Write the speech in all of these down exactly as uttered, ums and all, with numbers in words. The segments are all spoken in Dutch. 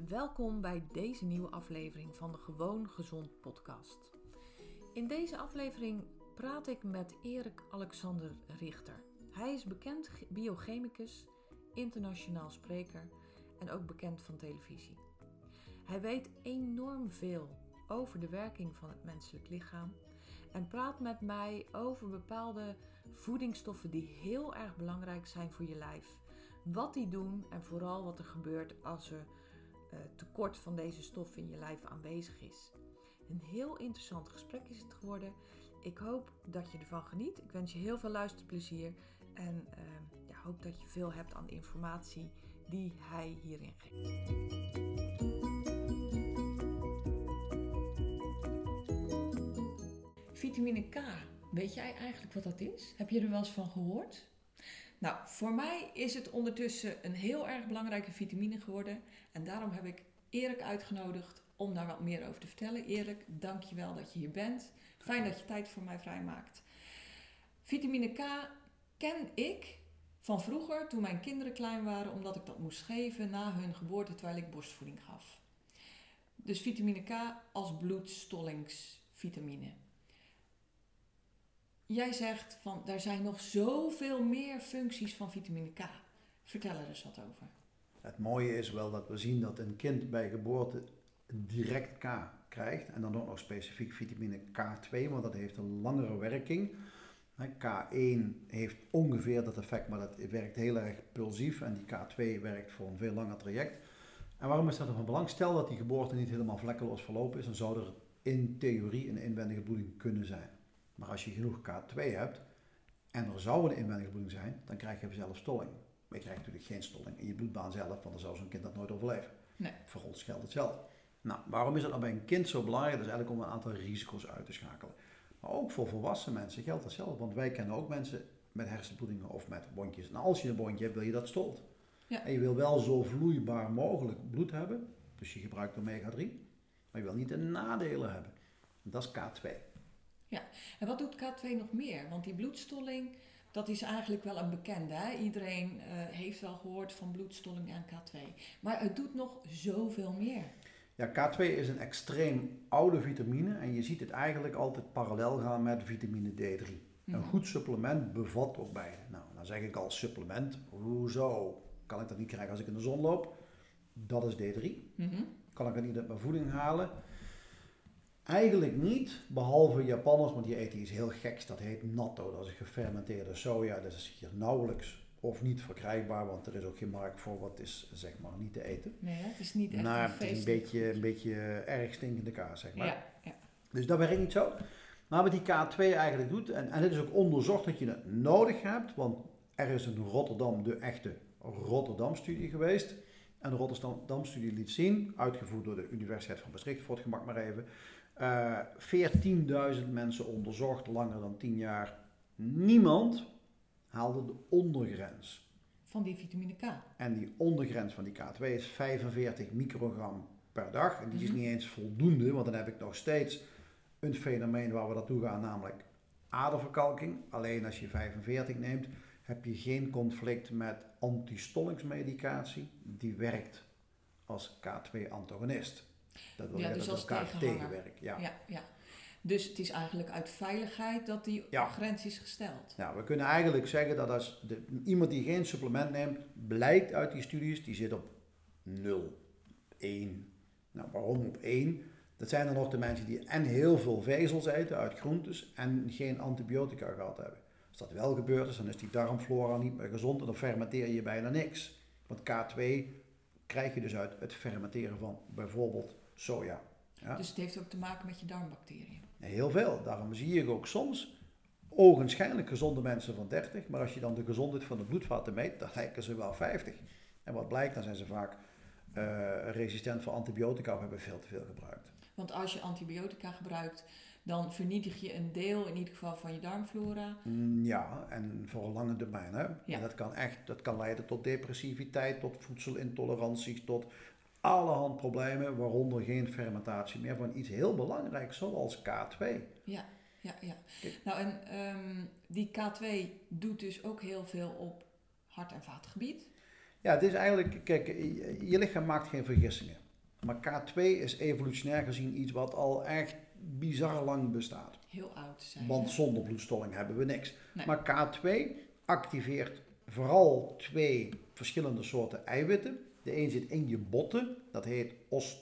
Welkom bij deze nieuwe aflevering van de Gewoon Gezond podcast. In deze aflevering praat ik met Erik Alexander Richter. Hij is bekend biochemicus, internationaal spreker en ook bekend van televisie. Hij weet enorm veel over de werking van het menselijk lichaam en praat met mij over bepaalde voedingsstoffen die heel erg belangrijk zijn voor je lijf. Wat die doen en vooral wat er gebeurt als er uh, tekort van deze stof in je lijf aanwezig is. Een heel interessant gesprek is het geworden. Ik hoop dat je ervan geniet. Ik wens je heel veel luisterplezier en uh, ja, hoop dat je veel hebt aan de informatie die hij hierin geeft. Vitamine K, weet jij eigenlijk wat dat is? Heb je er wel eens van gehoord? Nou, voor mij is het ondertussen een heel erg belangrijke vitamine geworden. En daarom heb ik Erik uitgenodigd om daar wat meer over te vertellen. Erik, dank je wel dat je hier bent. Fijn dat je tijd voor mij vrijmaakt. Vitamine K ken ik van vroeger, toen mijn kinderen klein waren, omdat ik dat moest geven na hun geboorte terwijl ik borstvoeding gaf. Dus vitamine K als bloedstollingsvitamine. Jij zegt van, daar zijn nog zoveel meer functies van vitamine K. Vertel er eens wat over. Het mooie is wel dat we zien dat een kind bij geboorte direct K krijgt. En dan ook nog specifiek vitamine K twee, want dat heeft een langere werking. K één heeft ongeveer dat effect, maar dat werkt heel erg pulsief. En die K twee werkt voor een veel langer traject. En waarom is dat van belang? Stel dat die geboorte niet helemaal vlekkeloos verlopen is, dan zou er in theorie een inwendige bloeding kunnen zijn. Maar als je genoeg K twee hebt en er zou een inwendige bloeding zijn, dan krijg je zelf stolling. Maar je krijgt natuurlijk geen stolling in je bloedbaan zelf, want dan zou zo'n kind dat nooit overleven. Nee. Voor ons geldt hetzelfde. Nou, waarom is dat nou bij een kind zo belangrijk? Dat is eigenlijk om een aantal risico's uit te schakelen. Maar ook voor volwassen mensen geldt hetzelfde, want wij kennen ook mensen met hersenbloedingen of met wondjes. En als je een wondje hebt, wil je dat stolt. Ja. En je wil wel zo vloeibaar mogelijk bloed hebben, dus je gebruikt omega drie, maar je wil niet de nadelen hebben. Dat is K twee. Ja, en wat doet K twee nog meer? Want die bloedstolling, dat is eigenlijk wel een bekende. Hè? Iedereen uh, heeft wel gehoord van bloedstolling en K twee. Maar het doet nog zoveel meer. Ja, K twee is een extreem oude vitamine en je ziet het eigenlijk altijd parallel gaan met vitamine D drie. Mm. Een goed supplement bevat ook beide. Nou, dan zeg ik al supplement, hoezo? Kan ik dat niet krijgen als ik in de zon loop? Dat is D drie. Mm-hmm. Kan ik dat niet uit mijn voeding halen? Eigenlijk niet, behalve Japanners, want die eten iets heel geks, dat heet natto. Dat is gefermenteerde soja, dat is hier nauwelijks of niet verkrijgbaar, want er is ook geen markt voor wat is zeg maar niet te eten. Nee, het is niet echt nou, een het is een beetje, een beetje erg stinkende kaas, zeg maar. Ja, ja. Dus dat werkt niet zo. Maar wat die K twee eigenlijk doet, en, en het is ook onderzocht dat je het nodig hebt, want er is in Rotterdam de echte Rotterdam-studie geweest. En de Rotterdam-studie liet zien, uitgevoerd door de Universiteit van Maastricht, voor het gemak maar even, Uh, veertienduizend mensen onderzocht, langer dan tien jaar. Niemand haalde de ondergrens. Van die vitamine K. En die ondergrens van die K twee is vijfenveertig microgram per dag. En die Mm-hmm. is niet eens voldoende, want dan heb ik nog steeds een fenomeen waar we naartoe gaan, namelijk aderverkalking. Alleen als je vijfenveertig neemt, heb je geen conflict met antistollingsmedicatie. Die werkt als K twee antagonist. Dat wil ja, je dus dat als elkaar tegenwerkt. Ja. Ja, ja. Dus het is eigenlijk uit veiligheid dat die ja. grens is gesteld. Ja, we kunnen eigenlijk zeggen dat als de, iemand die geen supplement neemt, blijkt uit die studies, die zit op nul, één. Nou, waarom op één? Dat zijn dan nog de mensen die en heel veel vezels eten uit groentes en geen antibiotica gehad hebben. Als dat wel gebeurd is, dan is die darmflora niet meer gezond en dan fermenteer je bijna niks. Want K twee krijg je dus uit het fermenteren van bijvoorbeeld soja. Ja? Dus het heeft ook te maken met je darmbacteriën? Heel veel. Daarom zie je ook soms ogenschijnlijk gezonde mensen van dertig, maar als je dan de gezondheid van de bloedvaten meet, dan lijken ze wel vijftig. En wat blijkt, dan zijn ze vaak uh, resistent voor antibiotica of hebben veel te veel gebruikt. Want als je antibiotica gebruikt, dan vernietig je een deel in ieder geval van je darmflora. Ja, en voor een lange termijn. Hè? Ja. En dat kan echt, dat kan leiden tot depressiviteit, tot voedselintoleranties, tot allerhand problemen, waaronder geen fermentatie meer van iets heel belangrijks zoals K twee. Ja, ja, ja. Kijk. Nou en um, die K twee doet dus ook heel veel op hart- en vaatgebied. Ja, het is eigenlijk, kijk, je lichaam maakt geen vergissingen. Maar K twee is evolutionair gezien iets wat al echt bizar lang bestaat. Heel oud zijn. Want hè? zonder bloedstolling hebben we niks. Nee. Maar K twee activeert vooral twee verschillende soorten eiwitten. De een zit in je botten, dat heet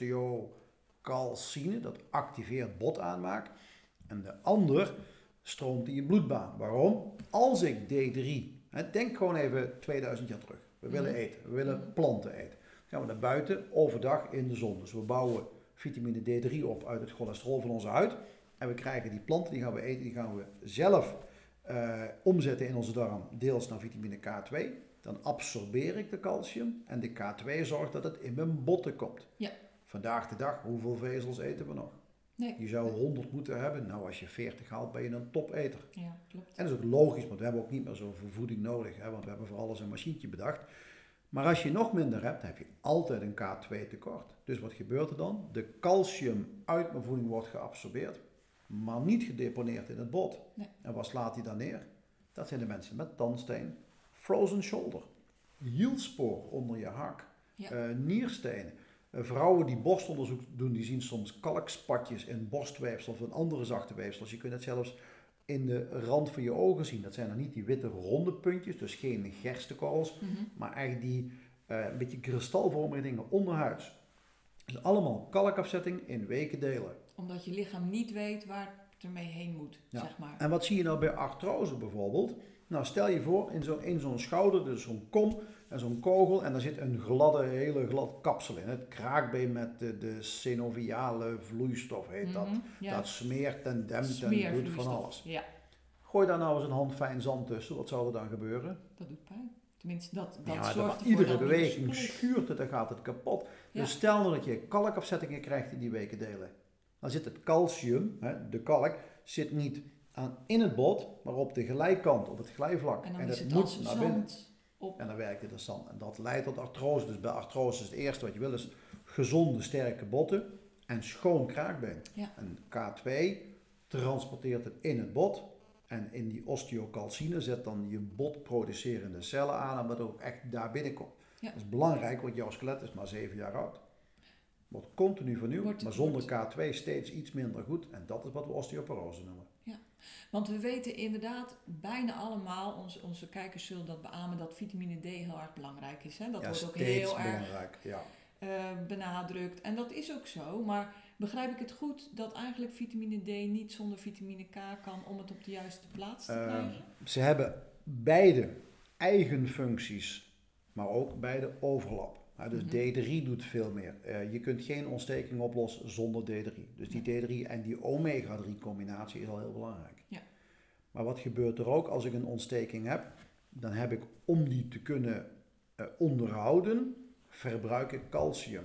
osteocalcine, dat activeert botaanmaak. En de ander stroomt in je bloedbaan. Waarom? Als ik D drie, hè, denk gewoon even tweeduizend jaar terug. We willen Mhm. eten, we willen Mhm. planten eten. Dan gaan we naar buiten, overdag in de zon. Dus we bouwen vitamine D drie op uit het cholesterol van onze huid. En we krijgen die planten, die gaan we eten, die gaan we zelf uh, omzetten in onze darm, deels naar vitamine K twee. Dan absorbeer ik de calcium en de K twee zorgt dat het in mijn botten komt. Ja. Vandaag de dag, hoeveel vezels eten we nog? Nee. Je zou honderd moeten hebben. Nou, als je veertig haalt, ben je een topeter. Ja, klopt. En dat is ook logisch, want we hebben ook niet meer zoveel voeding nodig, hè, want we hebben voor alles een machientje bedacht. Maar als je nog minder hebt, heb je altijd een K twee tekort. Dus wat gebeurt er dan? De calcium uit mijn voeding wordt geabsorbeerd, maar niet gedeponeerd in het bot. Nee. En wat slaat hij dan neer? Dat zijn de mensen met tandsteen, frozen shoulder, hielspoor onder je hak, Ja. uh, nierstenen. Uh, vrouwen die borstonderzoek doen, die zien soms kalkspatjes in borstweefsel of in andere zachte weefsels. Je kunt het zelfs in de rand van je ogen zien. Dat zijn dan niet die witte ronde puntjes, dus geen gerstekorrels, Mm-hmm. maar eigenlijk die uh, een beetje kristalvormige dingen onderhuids. Dus allemaal kalkafzetting in weken delen. Omdat je lichaam niet weet waar het ermee heen moet, Ja. zeg maar. En wat zie je nou bij artrose bijvoorbeeld? Nou, stel je voor, in zo'n in zo'n schouder, dus zo'n kom en zo'n kogel, en daar zit een gladde, hele glad kapsel in. Het kraakbeen met de, de synoviale vloeistof heet dat. Mm-hmm. Ja. Dat smeert en dempt en doet Smeervloeistof. van alles. Ja, Gooi daar nou eens een hand fijn zand tussen, wat zou er dan gebeuren? dat doet pijn. Tenminste, dat, dat Ja, zorgt dat- ervoor iedere dat het beweging niet spreekt. schuurt het, dan gaat het kapot. Ja. Dus stel nou dat je kalkafzettingen krijgt in die weken delen. Dan zit het calcium, hè, de kalk, zit niet aan in het bot, maar op de glijkant, op het glijvlak. En dan en is het het moet als naar binnen. zand op. En dan werkt het als zand. En dat leidt tot artrose. Dus bij artrose is het eerste wat je wil is gezonde, sterke botten en schoon kraakbeen. Ja. En K twee transporteert het in het bot. En in die osteocalcine zet dan je botproducerende cellen aan, en dat ook echt daar binnenkomt. Ja. Dat is belangrijk, want jouw skelet is maar zeven jaar oud. Wordt continu vernieuwd, Wordt- maar zonder wordt- K twee steeds iets minder goed. En dat is wat we osteoporose noemen. Want we weten inderdaad bijna allemaal, onze, onze kijkers zullen dat beamen, dat vitamine D heel erg belangrijk is. Hè? Dat ja, wordt ook steeds heel erg belangrijk. Ja. uh, benadrukt. En dat is ook zo. Maar begrijp ik het goed dat eigenlijk vitamine D niet zonder vitamine K kan om het op de juiste plaats te Uh, krijgen? ze hebben beide eigen functies, maar ook beide overlap. Nou, dus Mm-hmm. D drie doet veel meer. Uh, je kunt geen ontsteking oplossen zonder D drie. Dus die D drie en die omega drie combinatie is al heel belangrijk. Ja. Maar wat gebeurt er ook als ik een ontsteking heb? Dan heb ik, om die te kunnen uh, onderhouden, verbruik ik calcium.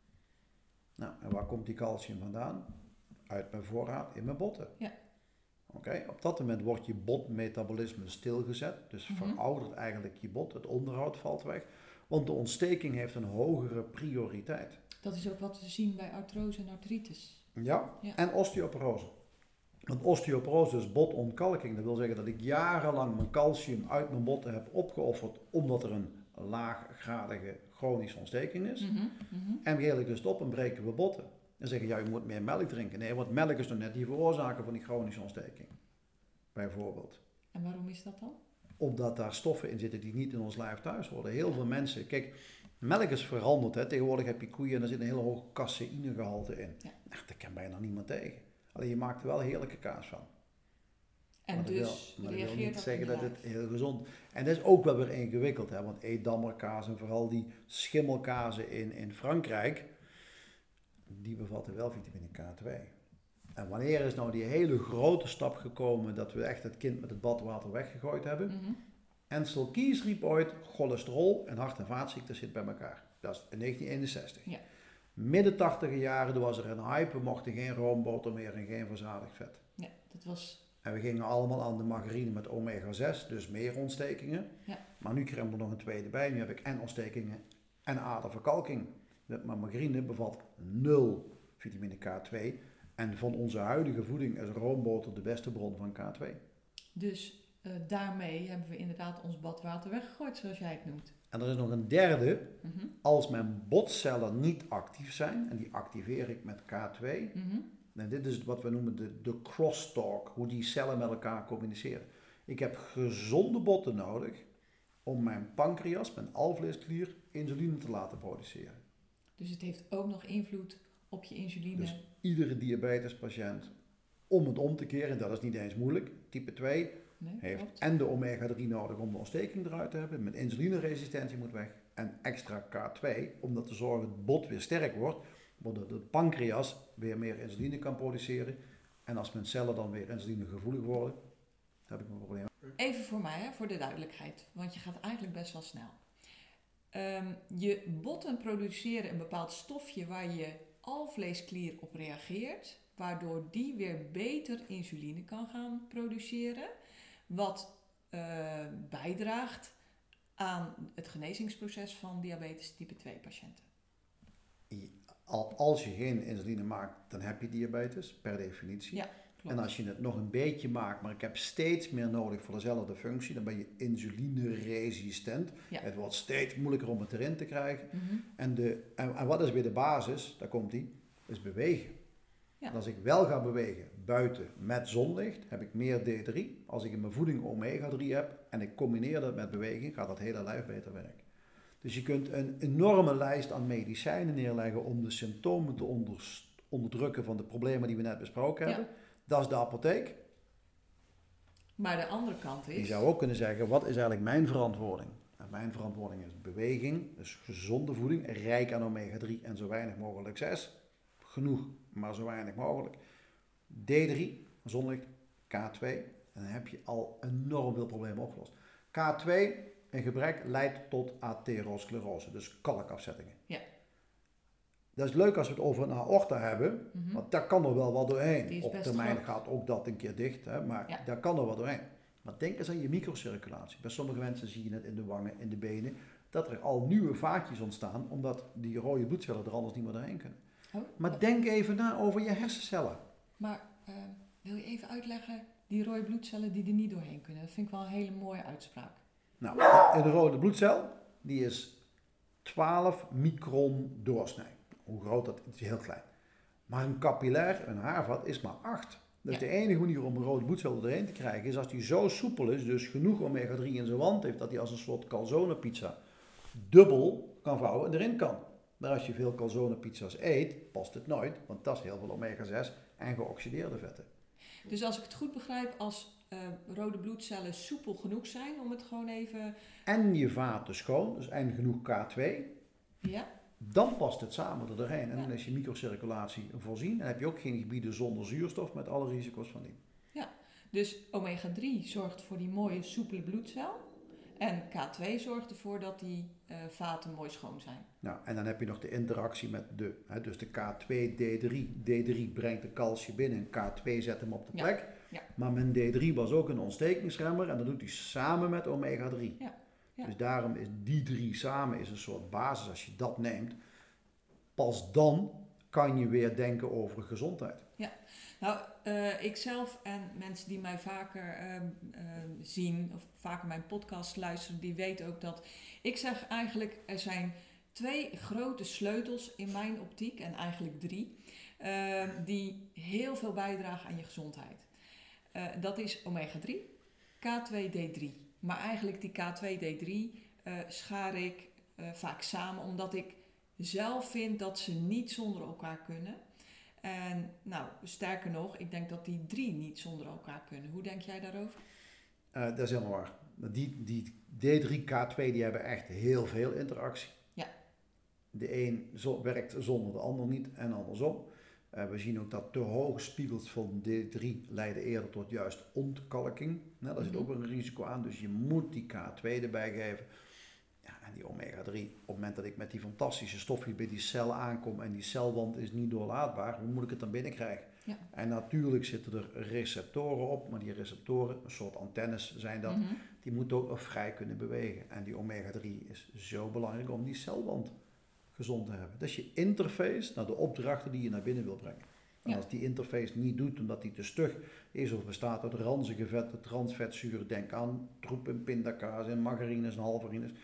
Nou, en waar komt die calcium vandaan? Uit mijn voorraad in mijn botten. Ja. Oké, okay. Op dat moment wordt je botmetabolisme stilgezet. Dus Mm-hmm. veroudert eigenlijk je bot. Het onderhoud valt weg. Want de ontsteking heeft een hogere prioriteit. Dat is ook wat we zien bij artrose en artritis. Ja, Ja. en osteoporose. Want osteoporose is botontkalking. Dat wil zeggen dat ik jarenlang mijn calcium uit mijn botten heb opgeofferd omdat er een laaggradige chronische ontsteking is. Mm-hmm. Mm-hmm. En we ik dus op en breken we botten. En zeggen, ja, je moet meer melk drinken. Nee, want melk is nog net die veroorzaker van die chronische ontsteking. Bijvoorbeeld. En waarom is dat dan? Omdat daar stoffen in zitten die niet in ons lijf thuis horen. Heel veel mensen, kijk, melk is veranderd. Hè. Tegenwoordig heb je koeien en daar zit een hele hoog caseïnegehalte in. Ja. Nou, daar kan bijna niemand tegen. Alleen je maakt er wel heerlijke kaas van. En maar dat dus wil, maar dat wil reageert niet dat zeggen in dat je het lijf. heel gezond is. En dat is ook wel weer ingewikkeld. Hè. Want Edammerkaas en vooral die schimmelkazen in, in Frankrijk, die bevatten wel vitamine K twee. En wanneer is nou die hele grote stap gekomen dat we echt het kind met het badwater weggegooid hebben? Mm-hmm. Ansel Keys riep ooit, cholesterol en hart- en vaatziekten zitten bij elkaar. Dat is in negentien eenenzestig. Ja. Midden tachtiger jaren toen was er een hype, we mochten geen roomboter meer en geen verzadigd vet. Ja, dat was... En we gingen allemaal aan de margarine met omega zes, dus meer ontstekingen. Ja. Maar nu krijgen we er nog een tweede bij. Nu heb ik en ontstekingen en aderverkalking. Maar margarine bevat nul vitamine K twee. En van onze huidige voeding is roomboter de beste bron van K twee. Dus uh, daarmee hebben we inderdaad ons badwater weggegooid, zoals jij het noemt. En er is nog een derde. Mm-hmm. Als mijn botcellen niet actief zijn, en die activeer ik met K twee. Mm-hmm. En dit is wat we noemen de, de crosstalk, hoe die cellen met elkaar communiceren. Ik heb gezonde botten nodig om mijn pancreas, mijn alvleesklier, insuline te laten produceren. Dus het heeft ook nog invloed op je insuline. Dus iedere diabetespatiënt, om het om te keren, dat is niet eens moeilijk, type twee, nee, heeft klopt. en de omega drie nodig om de ontsteking eruit te hebben, met insulineresistentie moet weg, en extra K twee, om dat te zorgen dat het bot weer sterk wordt, waardoor de pancreas weer meer insuline kan produceren. En als mijn cellen dan weer insulinegevoelig worden, dan heb ik mijn probleem. Even voor mij, hè, voor de duidelijkheid, want je gaat eigenlijk best wel snel. Um, je botten produceren een bepaald stofje waar je alvleesklier op reageert, waardoor die weer beter insuline kan gaan produceren, wat uh, bijdraagt aan het genezingsproces van diabetes type twee patiënten. Als je geen insuline maakt, dan heb je diabetes, per definitie. Ja, klopt. En als je het nog een beetje maakt, maar ik heb steeds meer nodig voor dezelfde functie, dan ben je insulineresistent. Ja. Het wordt steeds moeilijker om het erin te krijgen. Mm-hmm. En, de, en, en wat is weer de basis, daar komt die, is bewegen. Ja. En als ik wel ga bewegen buiten met zonlicht, heb ik meer D drie. Als ik in mijn voeding omega drie heb en ik combineer dat met beweging, gaat dat hele lijf beter werken. Dus je kunt een enorme lijst aan medicijnen neerleggen om de symptomen te onder, onderdrukken van de problemen die we net besproken Ja. hebben. Dat is de apotheek. Maar de andere kant is... Je zou ook kunnen zeggen, wat is eigenlijk mijn verantwoording? Nou, mijn verantwoording is beweging, dus gezonde voeding, rijk aan omega drie en zo weinig mogelijk zes. Genoeg, maar zo weinig mogelijk. D drie, zonlicht, K twee. En dan heb je al enorm veel problemen opgelost. K twee, een gebrek, leidt tot atherosclerose, dus kalkafzettingen. Ja. Dat is leuk als we het over een aorta hebben, Mm-hmm. want daar kan er wel wat Die doorheen. is Op best termijn groot. gaat ook dat een keer dicht, hè, maar Ja. daar kan er wat doorheen. Maar denk eens aan je microcirculatie. Bij sommige mensen zie je het in de wangen, in de benen, dat er al nieuwe vaatjes ontstaan, omdat die rode bloedcellen er anders niet meer doorheen kunnen. Oh, Maar oh. denk even na over je hersencellen. Maar uh, wil je even uitleggen, die rode bloedcellen die er niet doorheen kunnen? Dat vind ik wel een hele mooie uitspraak. Nou, een rode bloedcel, die is twaalf micron doorsnij. Hoe groot dat is, heel klein. Maar een capillair, een haarvat, is maar acht. Dus Ja. de enige manier om een rode bloedcel erheen te krijgen is als die zo soepel is, dus genoeg omega drie in zijn wand heeft, dat hij als een soort calzone pizza dubbel kan vouwen en erin kan. Maar als je veel calzone pizza's eet, past het nooit, want dat is heel veel omega zes en geoxideerde vetten. Dus als ik het goed begrijp, als uh, rode bloedcellen soepel genoeg zijn, om het gewoon even... En je vaten schoon, dus en genoeg K twee, Ja, dan past het samen er doorheen. En Ja. dan is je microcirculatie voorzien. En heb je ook geen gebieden zonder zuurstof met alle risico's van die. dus omega drie zorgt voor die mooie soepele bloedcel. En K twee zorgt ervoor dat die uh, vaten mooi schoon zijn. Nou, en dan heb je nog de interactie met de, hè, dus de K twee D drie. D drie brengt de calcium binnen, K twee zet hem op de Ja, plek. ja. Maar mijn D drie was ook een ontstekingsremmer en dat doet hij samen met omega drie. Ja, ja. Dus daarom is die drie samen is een soort basis. Als je dat neemt, pas dan kan je weer denken over gezondheid. Nou, uh, ik zelf en mensen die mij vaker uh, uh, zien of vaker mijn podcast luisteren, die weten ook dat ik zeg eigenlijk, er zijn twee grote sleutels in mijn optiek, en eigenlijk drie, uh, die heel veel bijdragen aan je gezondheid. Uh, dat is omega drie, K twee D drie. Maar eigenlijk die K twee D drie uh, schaar ik uh, vaak samen, omdat ik zelf vind dat ze niet zonder elkaar kunnen. En nou, sterker nog, ik denk dat die drie niet zonder elkaar kunnen. Hoe denk jij daarover? Uh, dat is helemaal waar. Die, die D drie, K twee, die hebben echt heel veel interactie. Ja. De een zo, werkt zonder de ander niet en andersom. Uh, we zien ook dat te hoge spiegels van D drie leiden eerder tot juist ontkalking. Nou, daar zit ook een risico aan, dus je moet die K twee erbij geven. Ja, en die omega drie, op het moment dat ik met die fantastische stofjes bij die cel aankom en die celwand is niet doorlaatbaar, hoe moet ik het dan binnenkrijgen? Ja. En natuurlijk zitten er receptoren op, maar die receptoren, een soort antennes zijn dat, Mm-hmm. die moeten ook nog vrij kunnen bewegen. En die omega drie is zo belangrijk om die celwand gezond te hebben. Dat is je interface naar de opdrachten die je naar binnen wil brengen. En Ja. als die interface niet doet omdat die te stug is of bestaat uit ranzige vetten, transvetzuren, denk aan troep en pindakaas en margarines en halverines,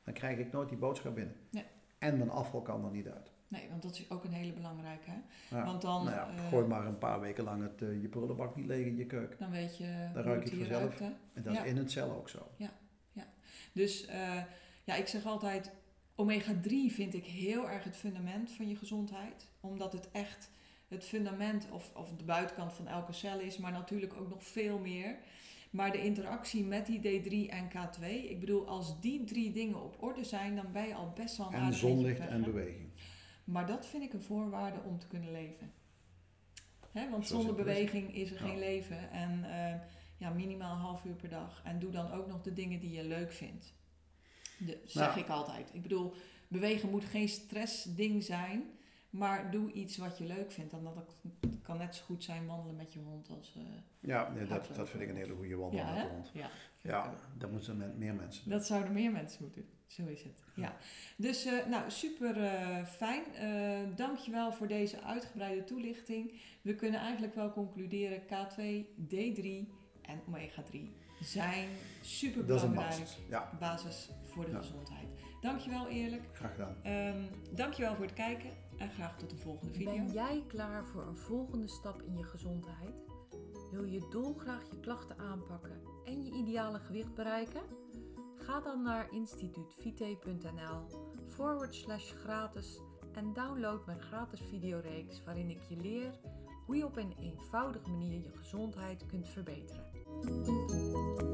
dan krijg ik nooit die boodschap binnen. Nee. En mijn afval kan er niet uit. Nee, want dat is ook een hele belangrijke. Hè? Ja. Want dan, nou ja, uh, gooi maar een paar weken lang het, uh, je prullenbak niet leeg in je keuken. Dan weet je dan hoe ruik het je het hier vanzelf. ruikt. En dat ja. is in het cel ook zo. Ja, ja. Dus uh, ja, ik zeg altijd, omega drie vind ik heel erg het fundament van je gezondheid. Omdat het echt het fundament of, of de buitenkant van elke cel is, maar natuurlijk ook nog veel meer. Maar de interactie met die D drie en K twee, ik bedoel, als die drie dingen op orde zijn, dan ben je al best wel een aardig En zonlicht weg, en beweging. Maar dat vind ik een voorwaarde om te kunnen leven. Hè, want Zo zonder zit het. beweging is er Ja. geen leven. En uh, ja, minimaal een half uur per dag. En doe dan ook nog de dingen die je leuk vindt. De, zeg Nou. ik altijd. Ik bedoel, bewegen moet geen stressding zijn. Maar doe iets wat je leuk vindt. En dat kan net zo goed zijn wandelen met je hond als... Uh, ja, nee, dat, dat vind ik een hele goede wandel ja, met de hè? hond. Ja, ja dat moeten met meer mensen doen. Dat zouden meer mensen moeten doen. Zo is het. Ja. Ja. Dus uh, nou, super uh, fijn. Uh, dankjewel voor deze uitgebreide toelichting. We kunnen eigenlijk wel concluderen K twee, D drie en omega drie zijn super belangrijk. Dat is een basis. Ja. Basis voor de ja. gezondheid. Dankjewel Eerlijk. Graag gedaan. Um, dankjewel voor het kijken en graag tot de volgende video. Ben jij klaar voor een volgende stap in je gezondheid? Wil je dolgraag je klachten aanpakken en je ideale gewicht bereiken? Ga dan naar instituutvite.nl forward slash gratis en download mijn gratis videoreeks waarin ik je leer hoe je op een eenvoudige manier je gezondheid kunt verbeteren.